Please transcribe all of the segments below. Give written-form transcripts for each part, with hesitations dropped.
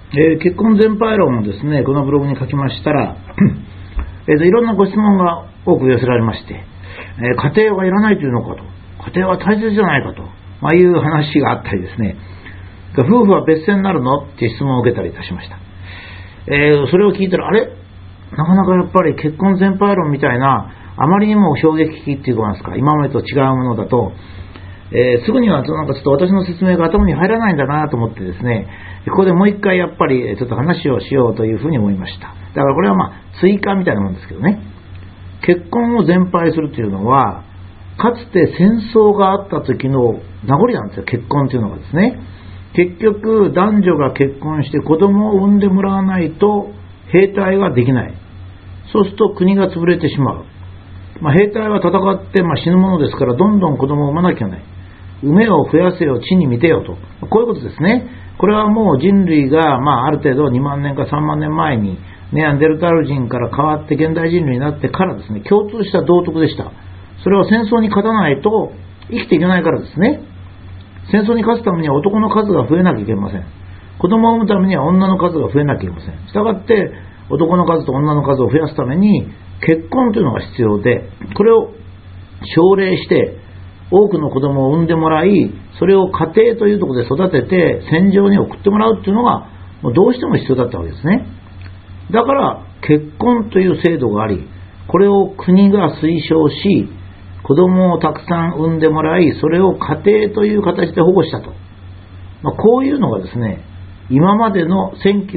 結婚全般論をですね、このブログに書きましたら、いろんなご質問が多く寄せられまして、家庭はいらないというのかと、家庭は大切じゃないかと、いう話があったりですね、夫婦は別姓になるのって質問を受けたりいたしました。それを聞いたら、あれなかなかやっぱり結婚全般論みたいな、あまりにも衝撃的っていうかなんですか、今までと違うものだと、すぐにはなんかちょっと私の説明が頭に入らないんだなと思ってですね、ここでもう一回やっぱりちょっと話をしようというふうに思いました。だからこれは追加みたいなもんですけどね、結婚を全廃するというのは、かつて戦争があった時の名残なんですよ、結婚というのがですね。結局男女が結婚して子供を産んでもらわないと兵隊ができない。そうすると国が潰れてしまう。兵隊は戦って死ぬものですから、どんどん子供を産まなきゃいけない。産めを増やせよ、地に満てよと、こういうことですね。これはもう人類がある程度2万年か3万年前にネアンデルタール人から変わって現代人類になってからですね、共通した道徳でした。それは戦争に勝たないと生きていけないからですね。戦争に勝つためには男の数が増えなきゃいけません。子供を産むためには女の数が増えなきゃいけません。したがって男の数と女の数を増やすために結婚というのが必要で、これを奨励して多くの子供を産んでもらい、それを家庭というところで育てて戦場に送ってもらうというのがもうどうしても必要だったわけですね。だから結婚という制度があり、これを国が推奨し、子供をたくさん産んでもらい、それを家庭という形で保護したと、こういうのがですね、今までの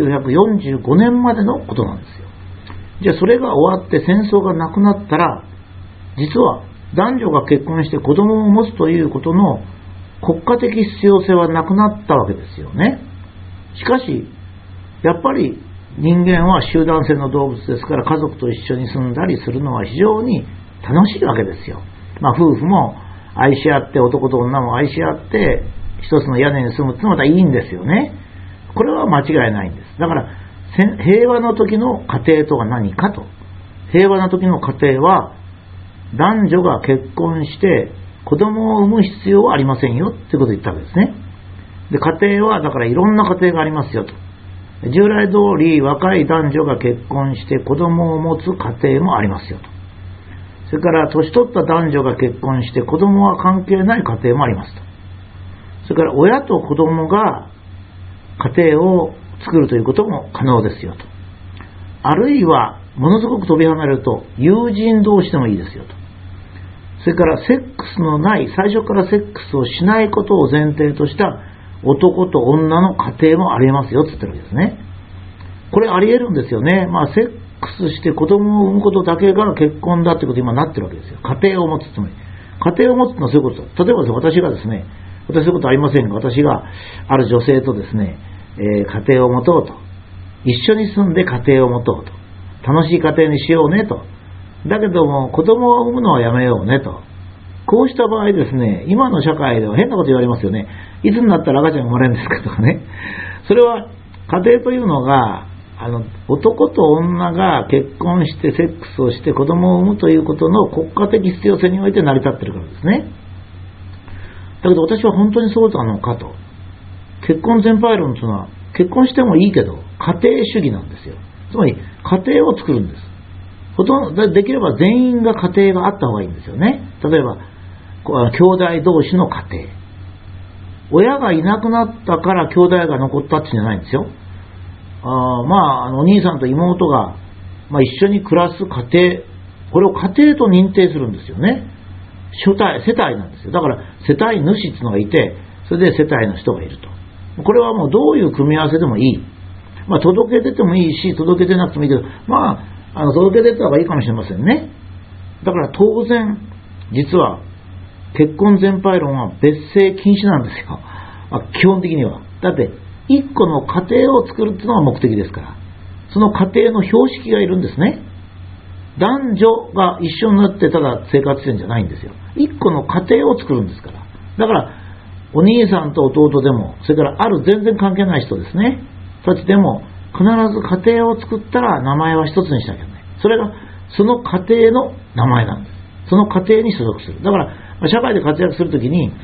1945年までのことなんですよ。じゃあそれが終わって戦争がなくなったら、実は男女が結婚して子供を持つということの国家的必要性はなくなったわけですよね。しかしやっぱり人間は集団性の動物ですから、家族と一緒に住んだりするのは非常に楽しいわけですよ。夫婦も愛し合って、男と女も愛し合って一つの屋根に住むってのはまたいいんですよね。これは間違いないんです。だから平和の時の家庭とは何かと、平和な時の家庭は男女が結婚して子供を産む必要はありませんよってことを言ったわけですね。で、家庭はだからいろんな家庭がありますよと。従来通り若い男女が結婚して子供を持つ家庭もありますよと。それから年取った男女が結婚して子供は関係ない家庭もありますと。それから親と子供が家庭を作るということも可能ですよと。あるいはものすごく飛び離れると友人同士でもいいですよと。それからセックスのない、最初からセックスをしないことを前提とした男と女の家庭もありえますよって言ってるわけですね。これありえるんですよね。セックスして子供を産むことだけが結婚だってことに今なってるわけですよ。家庭を持つつまり。家庭を持つのはそういうことだ。例えば私がですね、私そういうことありませんが、私がある女性とですね、家庭を持とうと。一緒に住んで家庭を持とうと。楽しい家庭にしようねと。だけども子供を産むのはやめようねと。こうした場合ですね、今の社会では変なこと言われますよね。いつになったら赤ちゃんが生まれるんですかとかね。それは家庭というのが男と女が結婚してセックスをして子供を産むということの国家的必要性において成り立っているからですね。だけど私は本当にそうなのかと。結婚全般論というのは結婚してもいいけど家庭主義なんですよ。つまり家庭を作るんです。できれば全員が家庭があった方がいいんですよね。例えば兄弟同士の家庭、親がいなくなったから兄弟が残ったっていうんじゃないんですよ。お兄さんと妹が、一緒に暮らす家庭、これを家庭と認定するんですよね。世帯なんですよ。だから世帯主っていうのがいて、それで世帯の人がいると。これはもうどういう組み合わせでもいい。届け出てもいいし、届け出なくてもいいけど、届け出た方がいいかもしれませんね。だから当然、実は結婚全般論は別姓禁止なんですよ。基本的には。だって一個の家庭を作るっていうのが目的ですから、その家庭の標識がいるんですね。男女が一緒になってただ生活してるんじゃないんですよ。一個の家庭を作るんですから。だからお兄さんと弟でも、それからある全然関係ない人ですね、たちでも必ず家庭を作ったら名前は一つにしなきゃいけない。それがその家庭の名前なんです。その家庭に所属する。だから社会で活躍するときに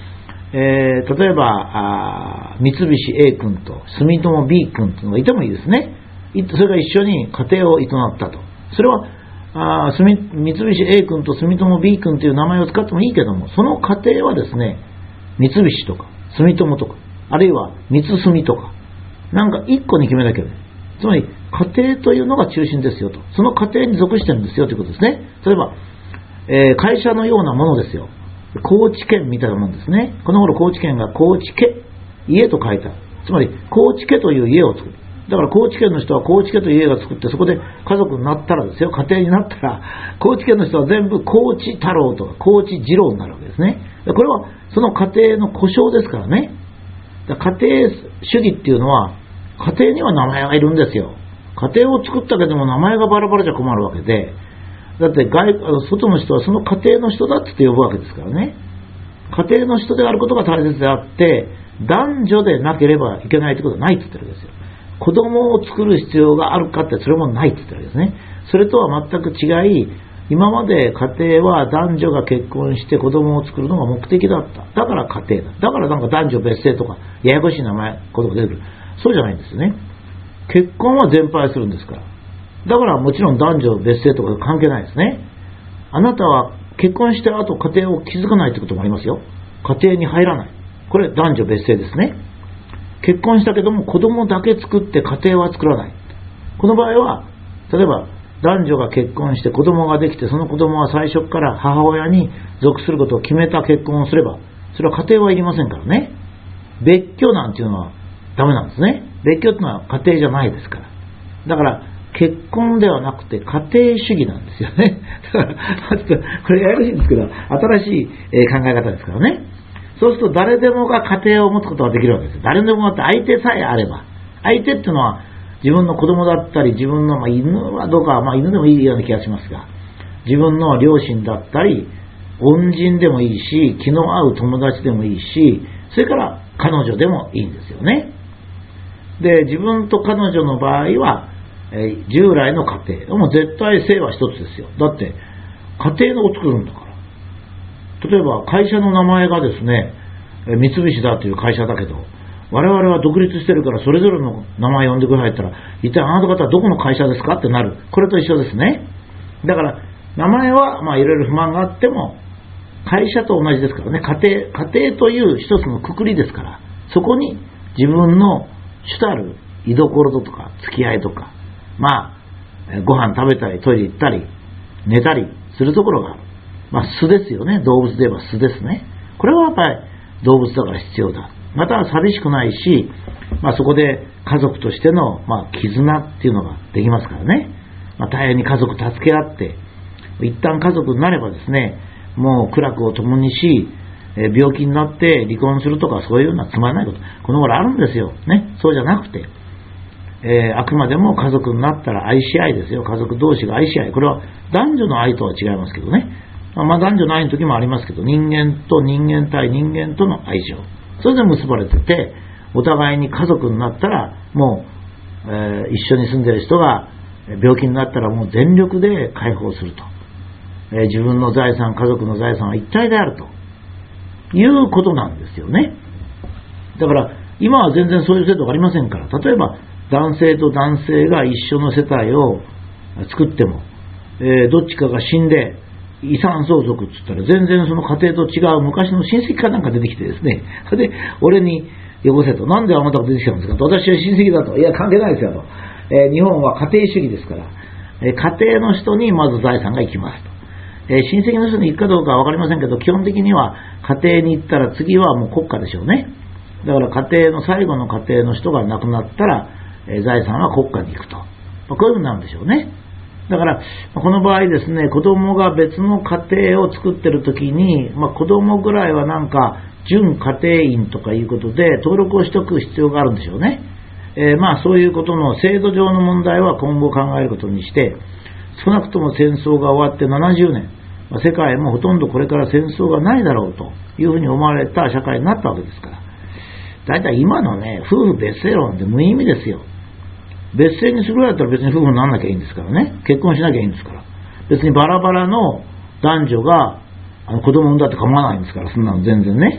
例えば三菱 A 君と住友 B 君というのがいてもいいですね。それが一緒に家庭を営ったと。それは三菱 A 君と住友 B 君という名前を使ってもいいけども、その家庭はですね、三菱とか住友とか、あるいは三住とか、なんか一個に決めなきゃいけない。つまり家庭というのが中心ですよと。その家庭に属してるんですよということですね。例えば、会社のようなものですよ。高知県みたいなもんですね。この頃高知県が高知家、家と書いた。つまり高知家という家を作る。だから高知県の人は高知家という家が作って、そこで家族になったらですよ、家庭になったら、高知県の人は全部高知太郎とか高知二郎になるわけですね。これはその家庭の呼称ですからね。家庭主義っていうのは、家庭には名前がいるんですよ。家庭を作ったけども名前がバラバラじゃ困るわけで、だって外の人はその家庭の人だって呼ぶわけですからね。家庭の人であることが大切であって、男女でなければいけないということはないって言ってるわけですよ。子供を作る必要があるかってそれもないって言ってるわけですね。それとは全く違い、今まで家庭は男女が結婚して子供を作るのが目的だった。だから家庭だ。だからなんか男女別姓とかややこしい名前、ことが出てくる。そうじゃないんですよね。結婚は全廃するんですから。だからもちろん男女別姓とか関係ないですね。あなたは結婚して後家庭を築かないということもありますよ。家庭に入らない。これ男女別姓ですね。結婚したけども子供だけ作って家庭は作らない。この場合は、例えば男女が結婚して子供ができて、その子供は最初から母親に属することを決めた結婚をすれば、それは家庭はいりませんからね。別居なんていうのはダメなんですね。別居っていうのは家庭じゃないですから。だから結婚ではなくて家庭主義なんですよね。だからこれややこしいんですけど、新しい考え方ですからね。そうすると誰でもが家庭を持つことができるわけです。誰でもがって相手さえあれば。相手っていうのは自分の子供だったり、自分の、犬はどうか、犬でもいいような気がしますが、自分の両親だったり、恩人でもいいし、気の合う友達でもいいし、それから彼女でもいいんですよね。で、自分と彼女の場合は、従来の家庭。もう絶対性は一つですよ。だって、家庭を作るんだから。例えば、会社の名前がですね、三菱だという会社だけど、我々は独立してるからそれぞれの名前呼んでくださいって言ったら、一体あなた方はどこの会社ですかってなる。これと一緒ですね。だから、名前はいろいろ不満があっても、会社と同じですからね。家庭という一つの括りですから、そこに自分の主たる居所とか付き合いとか、ご飯食べたりトイレ行ったり寝たりするところがある。巣ですよね。動物で言えば巣ですね。これはやっぱり動物だから必要だ。また寂しくないし、そこで家族としての、絆っていうのができますからね。大変に家族助け合って、一旦家族になればですね、もう苦楽を共にし、病気になって離婚するとかそういうようなつまらないこと、この頃あるんですよ。ね。そうじゃなくて、あくまでも家族になったら愛し合いですよ。家族同士が愛し合い。これは男女の愛とは違いますけどね。男女の愛の時もありますけど、人間と人間対人間との愛情。それで結ばれてて、お互いに家族になったら、もう、一緒に住んでる人が病気になったらもう全力で解放すると。自分の財産、家族の財産は一体であるということなんですよね。だから今は全然そういう制度がありませんから、例えば男性と男性が一緒の世帯を作っても、どっちかが死んで遺産相続って言ったら全然その家庭と違う昔の親戚かなんか出てきてですね、それで俺によこせと、なんであなたが出てきたんですかと、私は親戚だと、いや関係ないですよと、日本は家庭主義ですから、家庭の人にまず財産が行きますと。親戚の人に行くかどうかは分かりませんけど、基本的には家庭に行ったら次はもう国家でしょうね。だから家庭の最後の家庭の人が亡くなったら、財産は国家に行くと、こういうふうになるんでしょうね。だからこの場合ですね、子供が別の家庭を作ってるときに、子供ぐらいはなんか準家庭員とかいうことで登録をしておく必要があるんでしょうね。そういうことの制度上の問題は今後考えることにして、少なくとも戦争が終わって70年、世界もほとんどこれから戦争がないだろうというふうに思われた社会になったわけですから、だいたい今のね、夫婦別姓論って無意味ですよ。別姓にするぐらいだったら別に夫婦にならなきゃいいんですからね。結婚しなきゃいいんですから。別にバラバラの男女が子供を産んだって構わないんですから、そんなの全然ね。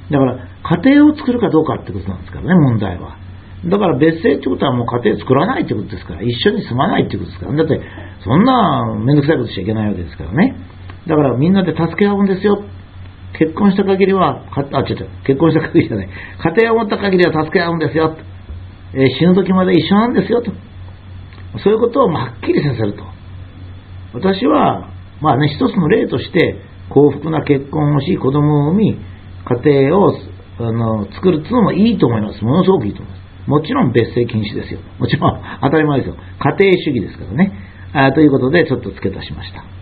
だから家庭を作るかどうかってことなんですからね、問題は。だから別姓ってことはもう家庭作らないってことですから、一緒に住まないってことですから。だってそんなめんどくさいことしちゃいけないわけですからね。だからみんなで助け合うんですよ。結婚した限りは、結婚した限りじゃない。家庭を持った限りは助け合うんですよ。死ぬ時まで一緒なんですよと。そういうことをはっきりさせると。私は、一つの例として幸福な結婚をし、子供を産み、家庭を作るっていうのもいいと思います。ものすごくいいと思います。もちろん別姓禁止ですよ。もちろん当たり前ですよ。家庭主義ですからね。ということでちょっと付け足しました。